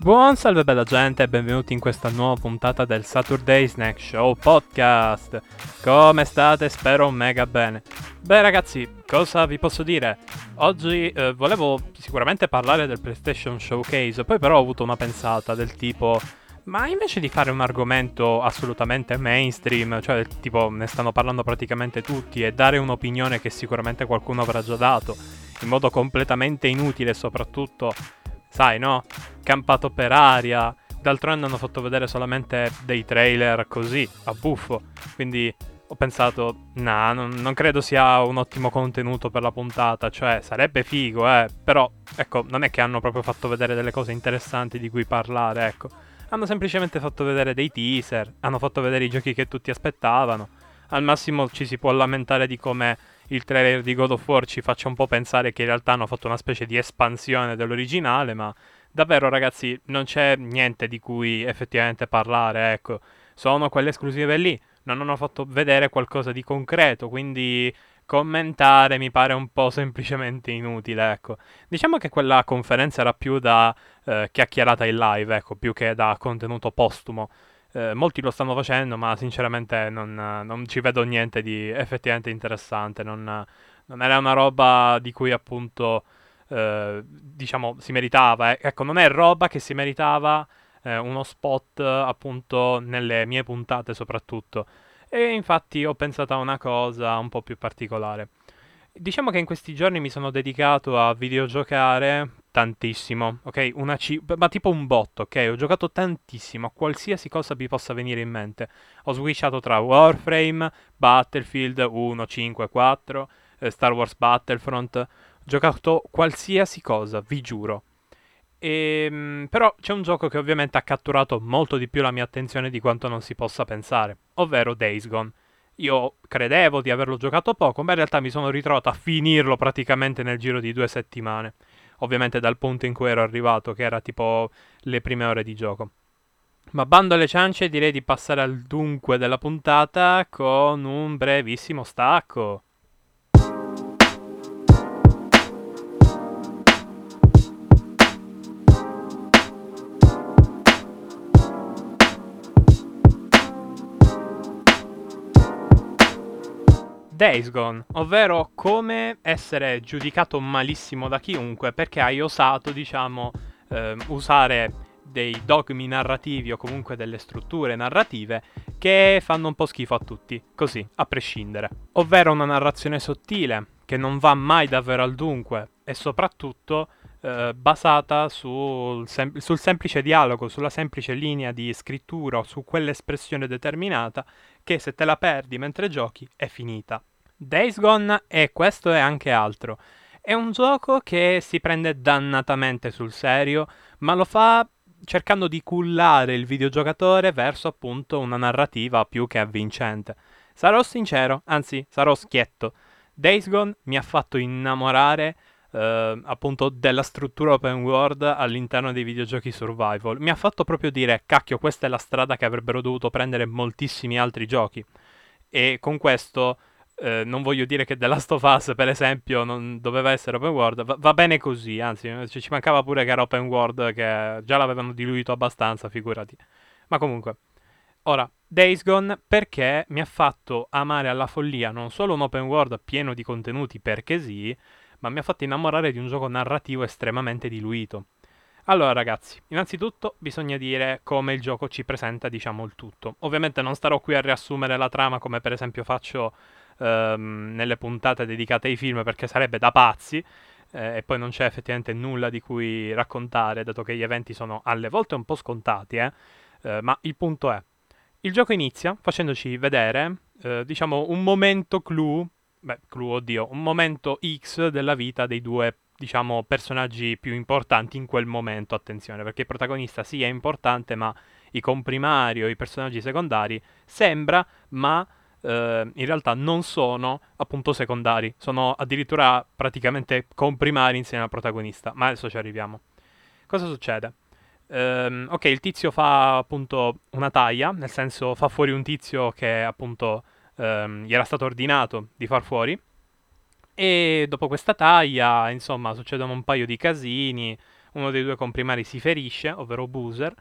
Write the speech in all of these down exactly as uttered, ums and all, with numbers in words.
Buon salve bella gente e benvenuti in questa nuova puntata del Saturday Snack Show Podcast. Come state? Spero mega bene. Beh ragazzi, cosa vi posso dire? Oggi eh, volevo sicuramente parlare del PlayStation Showcase, poi però ho avuto una pensata del tipo... Ma invece di fare un argomento assolutamente mainstream, cioè tipo ne stanno parlando praticamente tutti, e dare un'opinione che sicuramente qualcuno avrà già dato, in modo completamente inutile e soprattutto, sai no, campato per aria, d'altronde hanno fatto vedere solamente dei trailer così, a buffo, quindi ho pensato, nah, non, non credo sia un ottimo contenuto per la puntata, cioè sarebbe figo, eh, però ecco, non è che hanno proprio fatto vedere delle cose interessanti di cui parlare, ecco. Hanno semplicemente fatto vedere dei teaser, hanno fatto vedere i giochi che tutti aspettavano. Al massimo ci si può lamentare di come il trailer di God of War ci faccia un po' pensare che in realtà hanno fatto una specie di espansione dell'originale, ma davvero ragazzi non c'è niente di cui effettivamente parlare, ecco. Sono quelle esclusive lì, non hanno fatto vedere qualcosa di concreto, quindi commentare mi pare un po' semplicemente inutile, ecco. Diciamo che quella conferenza era più da eh, chiacchierata in live, ecco, più che da contenuto postumo. Eh, molti lo stanno facendo, ma sinceramente non, non ci vedo niente di effettivamente interessante. Non, non era una roba di cui appunto, eh, diciamo, si meritava. eh. Ecco, non è roba che si meritava eh, uno spot appunto nelle mie puntate soprattutto. E infatti ho pensato a una cosa un po' più particolare. Diciamo che in questi giorni mi sono dedicato a videogiocare tantissimo, ok? Una ci- ma tipo un botto, ok? Ho giocato tantissimo, a qualsiasi cosa vi possa venire in mente. Ho switchato tra Warframe, Battlefield uno, cinque, quattro, eh, Star Wars Battlefront. Ho giocato qualsiasi cosa, vi giuro. Ehm, però c'è un gioco che ovviamente ha catturato molto di più la mia attenzione di quanto non si possa pensare, ovvero Days Gone. Io credevo di averlo giocato poco, ma in realtà mi sono ritrovato a finirlo praticamente nel giro di due settimane. Ovviamente dal punto in cui ero arrivato, che era tipo le prime ore di gioco. Ma bando alle ciance, direi di passare al dunque della puntata con un brevissimo stacco. Days Gone, ovvero come essere giudicato malissimo da chiunque perché hai osato, diciamo, ehm, usare dei dogmi narrativi o comunque delle strutture narrative che fanno un po' schifo a tutti, così, a prescindere. Ovvero una narrazione sottile, che non va mai davvero al dunque e soprattutto eh, basata sul, sem- sul semplice dialogo, sulla semplice linea di scrittura o su quell'espressione determinata che se te la perdi mentre giochi è finita. Days Gone è questo e anche altro. È un gioco che si prende dannatamente sul serio, ma lo fa cercando di cullare il videogiocatore verso appunto una narrativa più che avvincente. Sarò sincero, anzi sarò schietto. Days Gone mi ha fatto innamorare eh, appunto della struttura open world all'interno dei videogiochi survival. Mi ha fatto proprio dire, cacchio, questa è la strada che avrebbero dovuto prendere moltissimi altri giochi. E con questo eh, non voglio dire che The Last of Us, per esempio, non doveva essere open world. Va, va bene così, anzi, ci mancava pure che era open world, che già l'avevano diluito abbastanza, figurati. Ma comunque, ora, Days Gone perché mi ha fatto amare alla follia non solo un open world pieno di contenuti perché sì, ma mi ha fatto innamorare di un gioco narrativo estremamente diluito. Allora ragazzi, innanzitutto bisogna dire come il gioco ci presenta, diciamo, il tutto. Ovviamente non starò qui a riassumere la trama come per esempio faccio ehm, nelle puntate dedicate ai film perché sarebbe da pazzi eh, e poi non c'è effettivamente nulla di cui raccontare, dato che gli eventi sono alle volte un po' scontati, eh. Eh, ma il punto è, il gioco inizia facendoci vedere, eh, diciamo, un momento clou, beh, clou, oddio, un momento X della vita dei due, diciamo, personaggi più importanti in quel momento, attenzione, perché il protagonista sì è importante, ma i comprimari o i personaggi secondari sembra, ma eh, in realtà non sono appunto secondari, sono addirittura praticamente comprimari insieme al protagonista, ma adesso ci arriviamo. Cosa succede? Ehm, ok, il tizio fa appunto una taglia, nel senso fa fuori un tizio che appunto ehm, gli era stato ordinato di far fuori. E dopo questa taglia, insomma, succedono un paio di casini, uno dei due comprimari si ferisce, ovvero Boozer,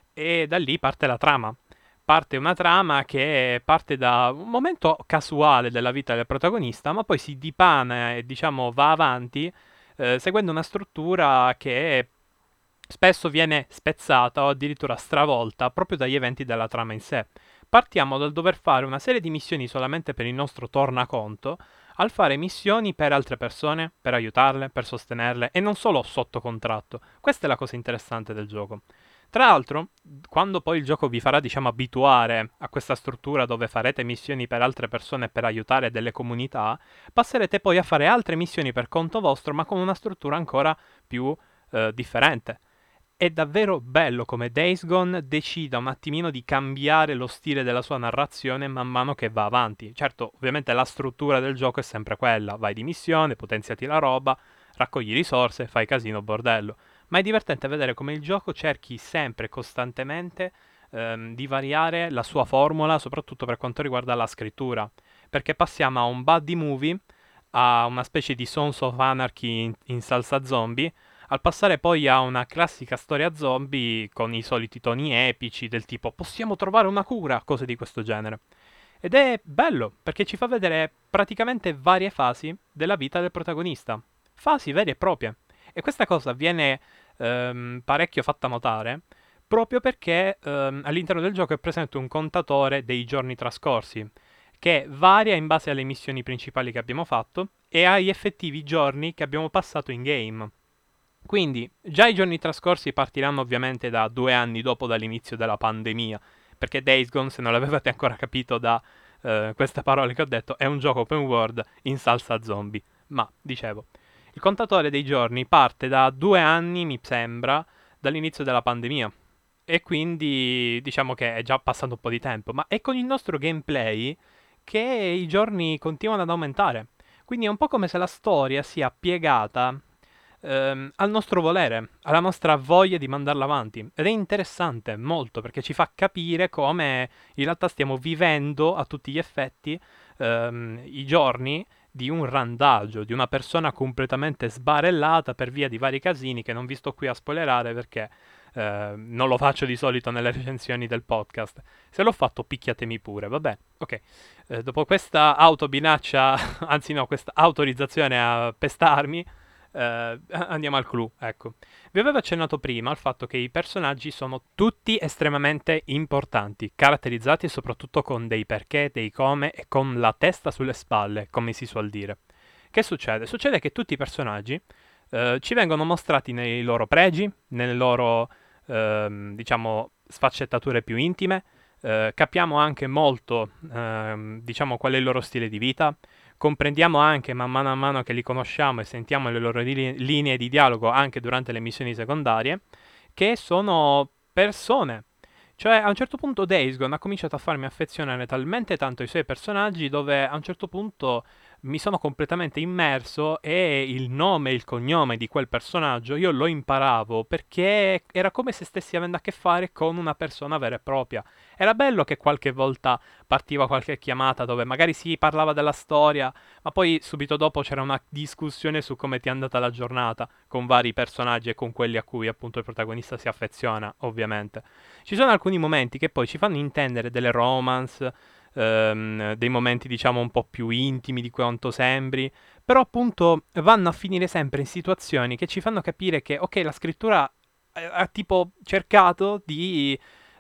e da lì parte la trama. Parte una trama che parte da un momento casuale della vita del protagonista, ma poi si dipana e diciamo va avanti eh, seguendo una struttura che spesso viene spezzata o addirittura stravolta proprio dagli eventi della trama in sé. Partiamo dal dover fare una serie di missioni solamente per il nostro tornaconto, al fare missioni per altre persone, per aiutarle, per sostenerle e non solo sotto contratto. Questa è la cosa interessante del gioco. Tra l'altro, quando poi il gioco vi farà, diciamo, abituare a questa struttura dove farete missioni per altre persone per aiutare delle comunità, passerete poi a fare altre missioni per conto vostro, ma con una struttura ancora più eh, differente. È davvero bello come Days Gone decida un attimino di cambiare lo stile della sua narrazione man mano che va avanti. Certo, ovviamente la struttura del gioco è sempre quella, vai di missione, potenziati la roba, raccogli risorse, fai casino, bordello. Ma è divertente vedere come il gioco cerchi sempre, costantemente, ehm, di variare la sua formula, soprattutto per quanto riguarda la scrittura. Perché passiamo a un buddy movie, a una specie di Sons of Anarchy in, in salsa zombie, al passare poi a una classica storia zombie con i soliti toni epici del tipo possiamo trovare una cura, cose di questo genere. Ed è bello perché ci fa vedere praticamente varie fasi della vita del protagonista, fasi vere e proprie. E questa cosa viene ehm, parecchio fatta notare proprio perché ehm, all'interno del gioco è presente un contatore dei giorni trascorsi che varia in base alle missioni principali che abbiamo fatto e agli effettivi giorni che abbiamo passato in game. Quindi, già i giorni trascorsi partiranno ovviamente da due anni dopo dall'inizio della pandemia, perché Days Gone, se non l'avevate ancora capito da eh, queste parole che ho detto, è un gioco open world in salsa zombie. Ma, dicevo, il contatore dei giorni parte da due anni, mi sembra, dall'inizio della pandemia. E quindi diciamo che è già passato un po' di tempo, ma è con il nostro gameplay che i giorni continuano ad aumentare. Quindi è un po' come se la storia sia piegata ehm, al nostro volere, alla nostra voglia di mandarla avanti. Ed è interessante molto perché ci fa capire come in realtà stiamo vivendo a tutti gli effetti ehm, i giorni di un randagio, di una persona completamente sbarellata per via di vari casini che non vi sto qui a spoilerare perché eh, non lo faccio di solito nelle recensioni del podcast. Se l'ho fatto picchiatemi pure, vabbè. Ok, eh, dopo questa autobinaccia, anzi no, questa autorizzazione a pestarmi, eh, andiamo al clou, ecco. Vi avevo accennato prima al fatto che i personaggi sono tutti estremamente importanti, caratterizzati soprattutto con dei perché, dei come e con la testa sulle spalle, come si suol dire. Che succede? Succede che tutti i personaggi eh, ci vengono mostrati nei loro pregi, nelle loro, ehm, diciamo, sfaccettature più intime, eh, capiamo anche molto, ehm, diciamo, qual è il loro stile di vita, comprendiamo anche man mano a mano che li conosciamo e sentiamo le loro li- linee di dialogo anche durante le missioni secondarie, che sono persone. Cioè, a un certo punto Days Gone ha cominciato a farmi affezionare talmente tanto ai suoi personaggi dove a un certo punto mi sono completamente immerso e il nome e il cognome di quel personaggio io lo imparavo perché era come se stessi avendo a che fare con una persona vera e propria. Era bello che qualche volta partiva qualche chiamata dove magari si parlava della storia, ma poi subito dopo c'era una discussione su come ti è andata la giornata con vari personaggi e con quelli a cui appunto il protagonista si affeziona, ovviamente. Ci sono alcuni momenti che poi ci fanno intendere delle romance, ehm, dei momenti diciamo un po' più intimi di quanto sembri, però appunto vanno a finire sempre in situazioni che ci fanno capire che ok, la scrittura ha, ha tipo cercato di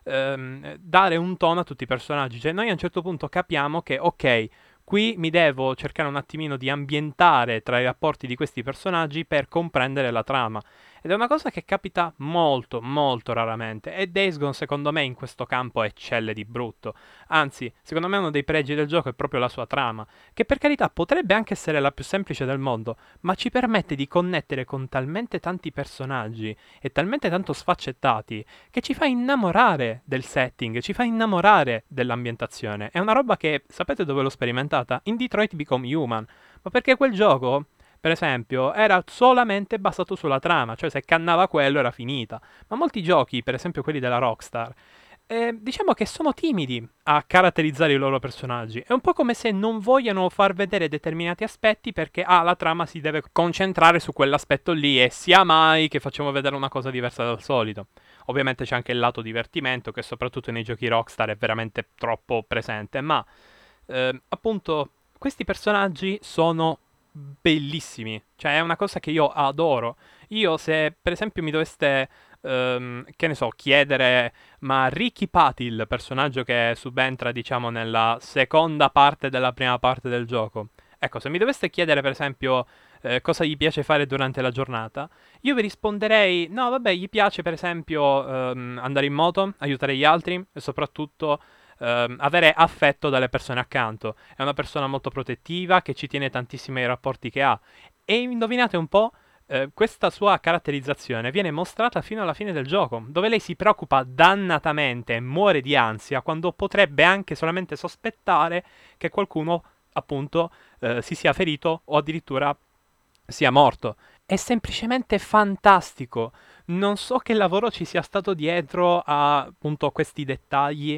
ehm, dare un tono a tutti i personaggi, cioè noi a un certo punto capiamo che ok, qui mi devo cercare un attimino di ambientare tra i rapporti di questi personaggi per comprendere la trama. Ed è una cosa che capita molto, molto raramente. E Days Gone, secondo me, in questo campo eccelle di brutto. Anzi, secondo me uno dei pregi del gioco è proprio la sua trama, che per carità potrebbe anche essere la più semplice del mondo, ma ci permette di connettere con talmente tanti personaggi e talmente tanto sfaccettati che ci fa innamorare del setting, ci fa innamorare dell'ambientazione. È una roba che, sapete dove l'ho sperimentata? In Detroit Become Human. Ma perché quel gioco, per esempio, era solamente basato sulla trama, cioè se cannava quello era finita. Ma molti giochi, per esempio quelli della Rockstar, eh, diciamo che sono timidi a caratterizzare i loro personaggi. È un po' come se non vogliano far vedere determinati aspetti perché ah, la trama si deve concentrare su quell'aspetto lì e sia mai che facciamo vedere una cosa diversa dal solito. Ovviamente c'è anche il lato divertimento che soprattutto nei giochi Rockstar è veramente troppo presente, ma eh, appunto questi personaggi sono bellissimi, cioè è una cosa che io adoro. Io se per esempio mi doveste, ehm, che ne so, chiedere, ma Ricky Patil, personaggio che subentra diciamo nella seconda parte della prima parte del gioco, ecco, se mi doveste chiedere per esempio eh, cosa gli piace fare durante la giornata, io vi risponderei, no vabbè, gli piace per esempio ehm, andare in moto, aiutare gli altri e soprattutto ehm, avere affetto dalle persone accanto. È una persona molto protettiva che ci tiene tantissimo ai rapporti che ha. E indovinate un po', eh, questa sua caratterizzazione viene mostrata fino alla fine del gioco, dove lei si preoccupa dannatamente e muore di ansia quando potrebbe anche solamente sospettare che qualcuno, appunto, eh, si sia ferito o addirittura sia morto. È semplicemente fantastico. Non so che lavoro ci sia stato dietro a appunto questi dettagli,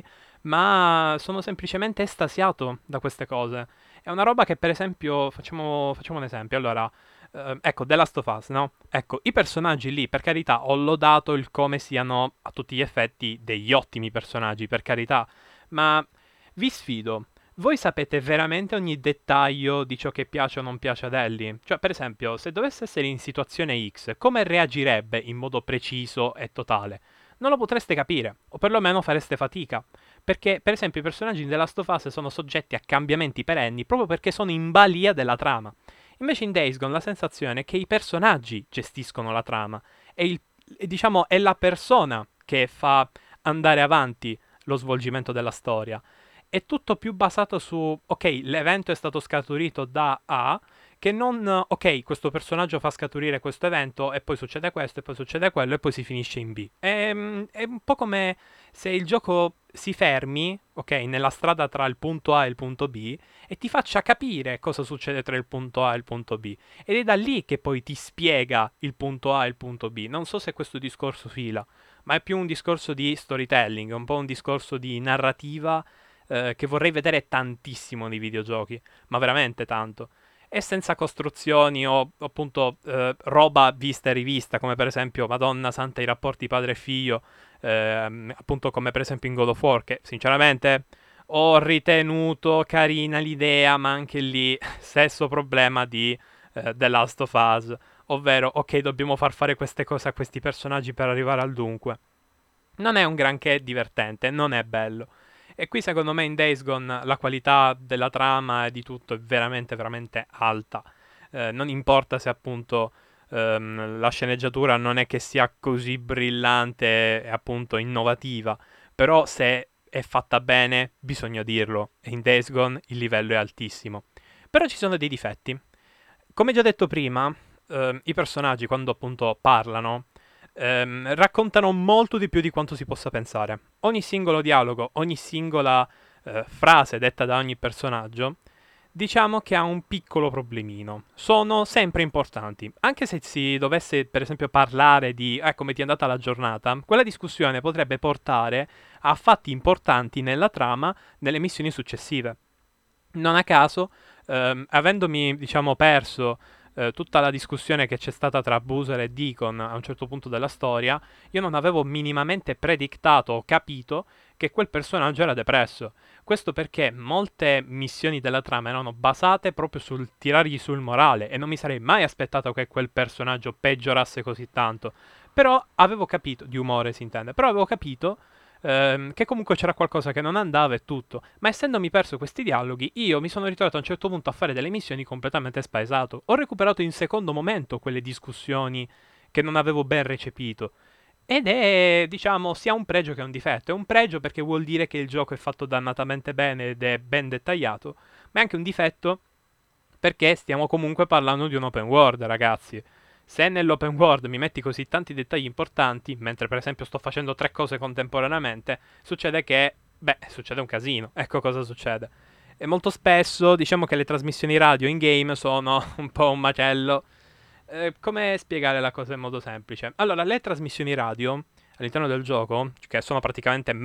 ma sono semplicemente estasiato da queste cose. È una roba che, per esempio, facciamo, facciamo un esempio. Allora, eh, ecco, The Last of Us, no? Ecco, i personaggi lì, per carità, ho lodato il come siano a tutti gli effetti degli ottimi personaggi, per carità, ma vi sfido. Voi sapete veramente ogni dettaglio di ciò che piace o non piace ad Ellie? Cioè, per esempio, se dovesse essere in situazione X, come reagirebbe in modo preciso e totale? Non lo potreste capire, o perlomeno fareste fatica. Perché, per esempio, i personaggi in The Last of Us sono soggetti a cambiamenti perenni proprio perché sono in balia della trama. Invece in Days Gone la sensazione è che i personaggi gestiscono la trama. E, il, e diciamo, è la persona che fa andare avanti lo svolgimento della storia. È tutto più basato su, ok, l'evento è stato scaturito da A, che non, ok, questo personaggio fa scaturire questo evento e poi succede questo e poi succede quello e poi si finisce in B. È, è un po' come se il gioco si fermi, ok, nella strada tra il punto A e il punto B e ti faccia capire cosa succede tra il punto A e il punto B. Ed è da lì che poi ti spiega il punto A e il punto B. Non so se questo discorso fila, ma è più un discorso di storytelling, un po' un discorso di narrativa eh, che vorrei vedere tantissimo nei videogiochi, ma veramente tanto. E senza costruzioni o appunto eh, roba vista e rivista, come per esempio Madonna Santa i rapporti padre e figlio, ehm, appunto come per esempio in God of War, che sinceramente ho ritenuto carina l'idea, ma anche lì stesso problema di eh, The Last of Us, ovvero ok, dobbiamo far fare queste cose a questi personaggi per arrivare al dunque. Non è un granché divertente, non è bello. E qui secondo me in Days Gone la qualità della trama e di tutto è veramente, veramente alta. Eh, non importa se appunto ehm, la sceneggiatura non è che sia così brillante e appunto innovativa, però se è fatta bene bisogna dirlo. E in Days Gone il livello è altissimo. Però ci sono dei difetti. Come già detto prima, ehm, i personaggi quando appunto parlano ehm, raccontano molto di più di quanto si possa pensare. Ogni singolo dialogo, ogni singola eh, frase detta da ogni personaggio, diciamo che ha un piccolo problemino. Sono sempre importanti. Anche se si dovesse, per esempio, parlare di eh, come ti è andata la giornata, quella discussione potrebbe portare a fatti importanti nella trama nelle missioni successive. Non a caso, ehm, avendomi, diciamo, perso eh, tutta la discussione che c'è stata tra Boozer e Deacon a un certo punto della storia, io non avevo minimamente predictato o capito che quel personaggio era depresso. Questo perché molte missioni della trama erano basate proprio sul tirargli sul morale e non mi sarei mai aspettato che quel personaggio peggiorasse così tanto. Però avevo capito, di umore si intende, però avevo capito ehm, che comunque c'era qualcosa che non andava e tutto. Ma essendomi perso questi dialoghi, io mi sono ritrovato a un certo punto a fare delle missioni completamente spaesato. Ho recuperato in secondo momento quelle discussioni che non avevo ben recepito. Ed è, diciamo, sia un pregio che un difetto. È un pregio perché vuol dire che il gioco è fatto dannatamente bene ed è ben dettagliato, ma è anche un difetto perché stiamo comunque parlando di un open world, ragazzi. Se nell'open world mi metti così tanti dettagli importanti, mentre per esempio sto facendo tre cose contemporaneamente, succede che, beh, succede un casino. Ecco cosa succede. E molto spesso diciamo che le trasmissioni radio in game sono un po' un macello. Eh, come spiegare la cosa in modo semplice? Allora, le trasmissioni radio all'interno del gioco, che sono praticamente m-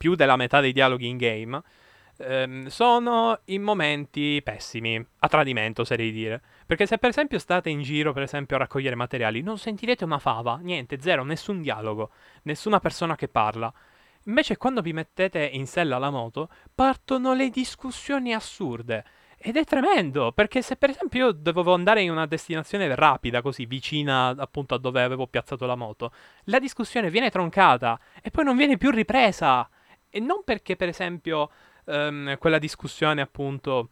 più della metà dei dialoghi in game, ehm, sono in momenti pessimi, a tradimento oserei dire. Perché se per esempio state in giro, per esempio, a raccogliere materiali, non sentirete una fava, niente, zero, nessun dialogo, nessuna persona che parla. Invece quando vi mettete in sella alla moto, partono le discussioni assurde. Ed è tremendo, perché se per esempio io dovevo andare in una destinazione rapida, così vicina appunto a dove avevo piazzato la moto, la discussione viene troncata e poi non viene più ripresa. E non perché per esempio ehm, quella discussione appunto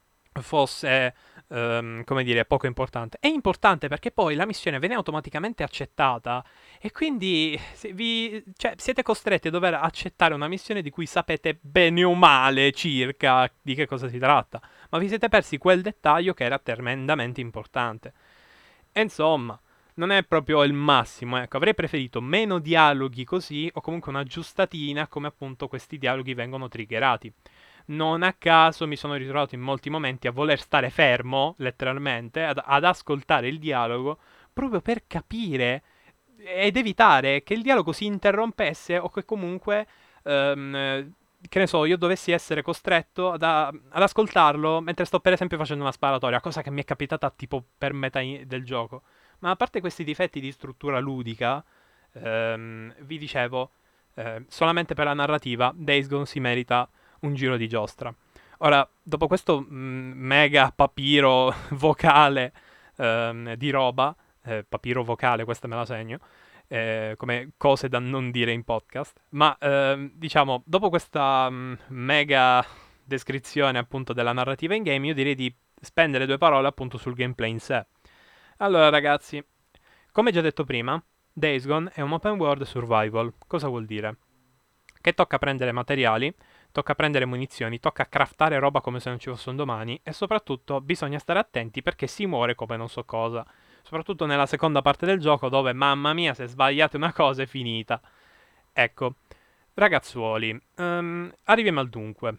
fosse, ehm, come dire, poco importante. È importante perché poi la missione viene automaticamente accettata e quindi se vi- cioè, siete costretti a dover accettare una missione di cui sapete bene o male circa di che cosa si tratta, ma vi siete persi quel dettaglio che era tremendamente importante. E insomma, non è proprio il massimo, ecco, avrei preferito meno dialoghi così o comunque una giustatina come appunto questi dialoghi vengono triggerati. Non a caso mi sono ritrovato in molti momenti a voler stare fermo, letteralmente, ad, ad ascoltare il dialogo, proprio per capire ed evitare che il dialogo si interrompesse o che comunque, ehm, che ne so, io dovessi essere costretto ad, a- ad ascoltarlo mentre sto per esempio facendo una sparatoria, cosa che mi è capitata tipo per metà in- del gioco. Ma a parte questi difetti di struttura ludica, ehm, vi dicevo, eh, solamente per la narrativa, Days Gone si merita un giro di giostra. Ora, dopo questo mm, mega papiro vocale ehm, di roba, eh, papiro vocale, questa me la segno, eh, come cose da non dire in podcast, ma ehm, diciamo, dopo questa mm, mega descrizione appunto della narrativa in game, io direi di spendere due parole appunto sul gameplay in sé. Allora ragazzi, come già detto prima, Days Gone è un open world survival. Cosa vuol dire? Che tocca prendere materiali, tocca prendere munizioni, tocca craftare roba come se non ci fosse un domani e soprattutto bisogna stare attenti perché si muore come non so cosa. Soprattutto nella seconda parte del gioco dove, mamma mia, se sbagliate una cosa è finita. Ecco, ragazzuoli, ehm, arriviamo al dunque.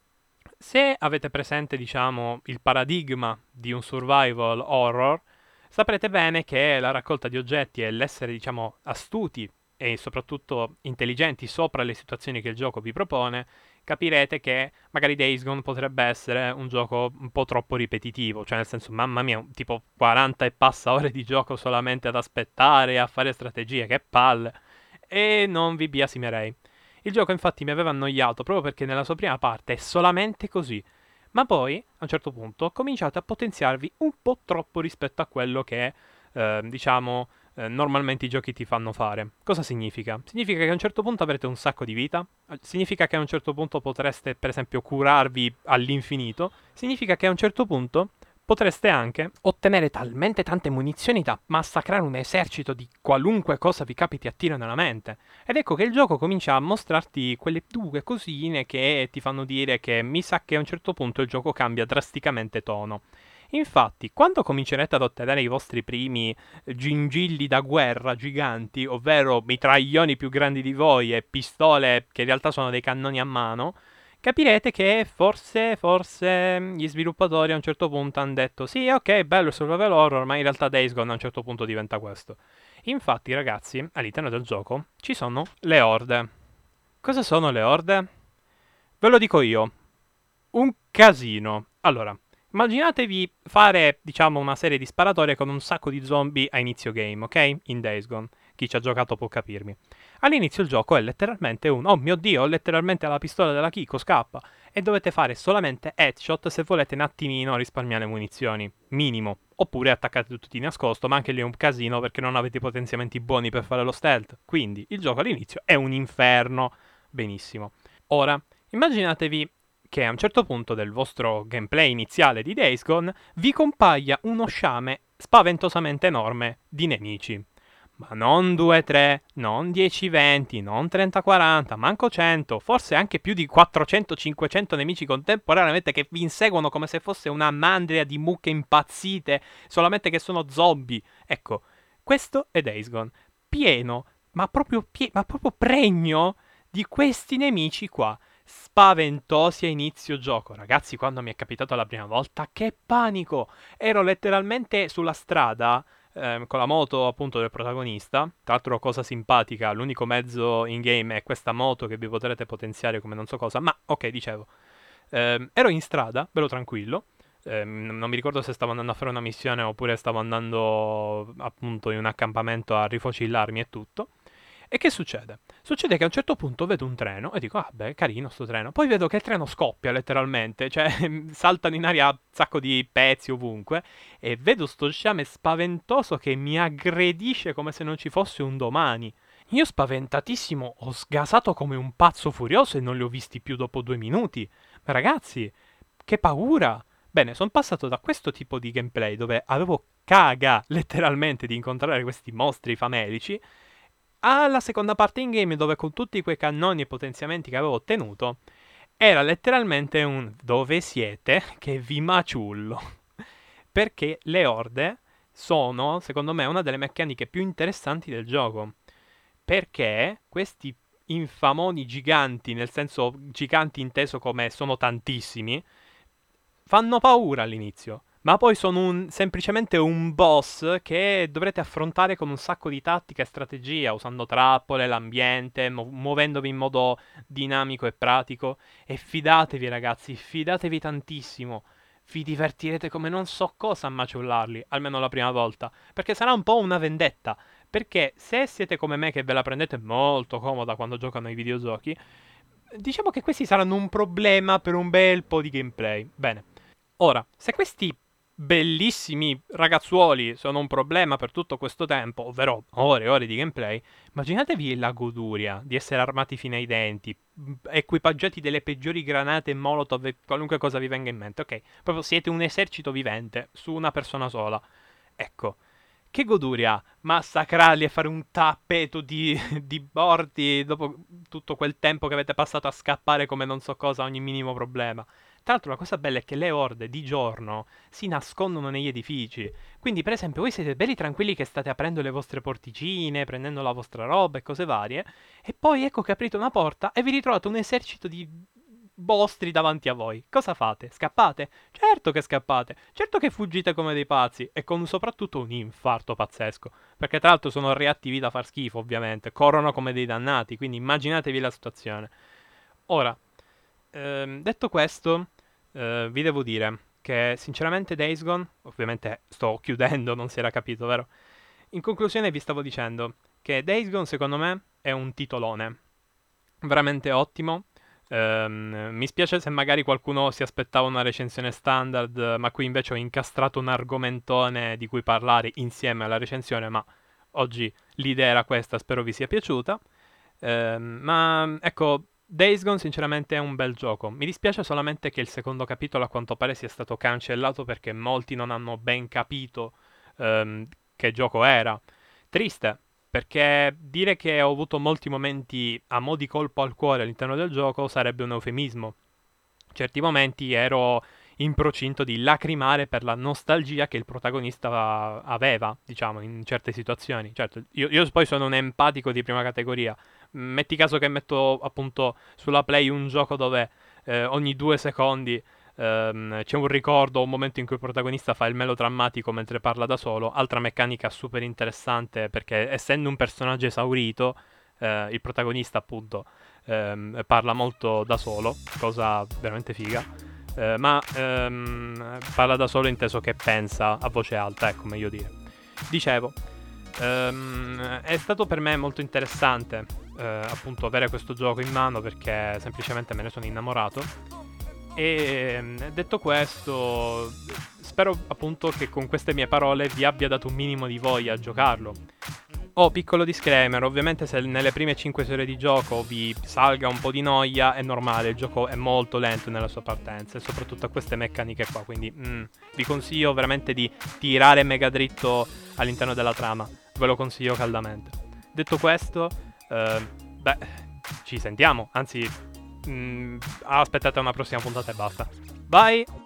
Se avete presente, diciamo, il paradigma di un survival horror, saprete bene che la raccolta di oggetti e l'essere, diciamo, astuti e soprattutto intelligenti sopra le situazioni che il gioco vi propone, capirete che magari Days Gone potrebbe essere un gioco un po' troppo ripetitivo, cioè nel senso, mamma mia, tipo quaranta e passa ore di gioco solamente ad aspettare e a fare strategie, che palle, e non vi biasimerei. Il gioco infatti mi aveva annoiato proprio perché nella sua prima parte è solamente così, ma poi a un certo punto cominciate a potenziarvi un po' troppo rispetto a quello che, eh, diciamo, eh, normalmente i giochi ti fanno fare. Cosa significa? Significa che a un certo punto avrete un sacco di vita, eh, significa che a un certo punto potreste per esempio curarvi all'infinito, significa che a un certo punto potreste anche ottenere talmente tante munizioni da massacrare un esercito di qualunque cosa vi capiti a tiro nella mente. Ed ecco che il gioco comincia a mostrarti quelle due cosine che ti fanno dire che mi sa che a un certo punto il gioco cambia drasticamente tono. Infatti, quando comincerete ad ottenere i vostri primi gingilli da guerra giganti, ovvero mitraglioni più grandi di voi e pistole che in realtà sono dei cannoni a mano, capirete che forse, forse gli sviluppatori a un certo punto hanno detto sì, ok, bello il survival horror, ma in realtà Days Gone a un certo punto diventa questo. Infatti, ragazzi, all'interno del gioco ci sono le orde. Cosa sono le orde? Ve lo dico io. Un casino. Allora, immaginatevi fare, diciamo, una serie di sparatorie con un sacco di zombie a inizio game, ok? In Days Gone. Chi ci ha giocato può capirmi. All'inizio il gioco è letteralmente un oh mio dio, ho letteralmente la pistola della Kiko, scappa. E dovete fare solamente headshot se volete un attimino risparmiare munizioni. Minimo. Oppure attaccate tutti di nascosto, ma anche lì è un casino perché non avete i potenziamenti buoni per fare lo stealth. Quindi il gioco all'inizio è un inferno. Benissimo. Ora, immaginatevi che a un certo punto del vostro gameplay iniziale di Days Gone vi compaia uno sciame spaventosamente enorme di nemici. Ma non due tre, non dieci venti, non trenta quaranta, manco cento, forse anche più di quattrocento cinquecento nemici contemporaneamente che vi inseguono come se fosse una mandria di mucche impazzite, solamente che sono zombie. Ecco, questo è Days Gone, pieno, ma proprio, pie- ma proprio pregno di questi nemici qua spaventosi a inizio gioco. Ragazzi, quando mi è capitato la prima volta, che panico! Ero letteralmente sulla strada ehm, con la moto appunto del protagonista. Tra l'altro, cosa simpatica, l'unico mezzo in game è questa moto che vi potrete potenziare come non so cosa. Ma ok, dicevo, ehm, ero in strada, bello tranquillo. Ehm, non mi ricordo se stavo andando a fare una missione oppure stavo andando appunto in un accampamento a rifocillarmi e tutto. E che succede? Succede che a un certo punto vedo un treno e dico, ah beh, carino sto treno. Poi vedo che il treno scoppia letteralmente, cioè saltano in aria un sacco di pezzi ovunque e vedo sto sciame spaventoso che mi aggredisce come se non ci fosse un domani. Io spaventatissimo ho sgasato come un pazzo furioso e non li ho visti più dopo due minuti. Ma ragazzi, che paura! Bene, sono passato da questo tipo di gameplay dove avevo caga letteralmente di incontrare questi mostri famelici alla seconda parte in game dove con tutti quei cannoni e potenziamenti che avevo ottenuto era letteralmente un dove siete che vi maciullo. Perché le orde sono, secondo me, una delle meccaniche più interessanti del gioco. Perché questi infamoni giganti, nel senso giganti inteso come sono tantissimi, fanno paura all'inizio, ma poi sono un- semplicemente un boss che dovrete affrontare con un sacco di tattica e strategia, usando trappole, l'ambiente, mu- muovendovi in modo dinamico e pratico. E fidatevi, ragazzi, fidatevi tantissimo. Vi divertirete come non so cosa a maciullarli, almeno la prima volta, perché sarà un po' una vendetta. Perché se siete come me che ve la prendete molto comoda quando giocano ai videogiochi, diciamo che questi saranno un problema per un bel po' di gameplay. Bene. Ora, se questi bellissimi ragazzuoli sono un problema per tutto questo tempo, ovvero ore e ore di gameplay, immaginatevi la goduria di essere armati fino ai denti, m, equipaggiati delle peggiori granate e molotov e qualunque cosa vi venga in mente, ok? Proprio siete un esercito vivente su una persona sola. Ecco, che goduria massacrarli e fare un tappeto di, di morti dopo tutto quel tempo che avete passato a scappare come non so cosa a ogni minimo problema. Tra l'altro la cosa bella è che le orde di giorno si nascondono negli edifici. Quindi, per esempio, voi siete belli tranquilli che state aprendo le vostre porticine, prendendo la vostra roba e cose varie, e poi ecco che aprite una porta e vi ritrovate un esercito di mostri davanti a voi. Cosa fate? Scappate? Certo che scappate. Certo che fuggite come dei pazzi e con soprattutto un infarto pazzesco. Perché tra l'altro sono reattivi da far schifo, ovviamente. Corrono come dei dannati, quindi immaginatevi la situazione. Ora, ehm, detto questo, eh, vi devo dire che sinceramente Days Gone, ovviamente sto chiudendo, non si era capito, vero? In conclusione vi stavo dicendo che Days Gone secondo me è un titolone veramente ottimo. Ehm, mi spiace se magari qualcuno si aspettava una recensione standard, ma qui invece ho incastrato un argomentone di cui parlare insieme alla recensione, ma oggi l'idea era questa, spero vi sia piaciuta. Ehm, ma ecco, Days Gone sinceramente è un bel gioco. Mi dispiace solamente che il secondo capitolo a quanto pare sia stato cancellato perché molti non hanno ben capito ehm, che gioco era. Triste, perché dire che ho avuto molti momenti a mo' di colpo al cuore all'interno del gioco sarebbe un eufemismo. Certi momenti ero in procinto di lacrimare per la nostalgia che il protagonista aveva, diciamo, in certe situazioni. Certo, io, io poi sono un empatico di prima categoria. Metti caso che metto appunto sulla Play un gioco dove eh, ogni due secondi ehm, c'è un ricordo o un momento in cui il protagonista fa il melodrammatico mentre parla da solo. Altra meccanica super interessante perché essendo un personaggio esaurito, eh, il protagonista appunto ehm, parla molto da solo, cosa veramente figa. Eh, ma ehm, parla da solo inteso che pensa a voce alta, ecco, meglio dire. Dicevo, ehm, è stato per me molto interessante eh, appunto avere questo gioco in mano perché semplicemente me ne sono innamorato. E ehm, detto questo, spero appunto che con queste mie parole vi abbia dato un minimo di voglia a giocarlo. Oh, piccolo disclaimer, ovviamente se nelle prime cinque ore di gioco vi salga un po' di noia, è normale, il gioco è molto lento nella sua partenza e soprattutto a queste meccaniche qua, quindi mm, vi consiglio veramente di tirare mega dritto all'interno della trama, ve lo consiglio caldamente. Detto questo, eh, beh, ci sentiamo, anzi, mm, aspettate una prossima puntata e basta. Bye!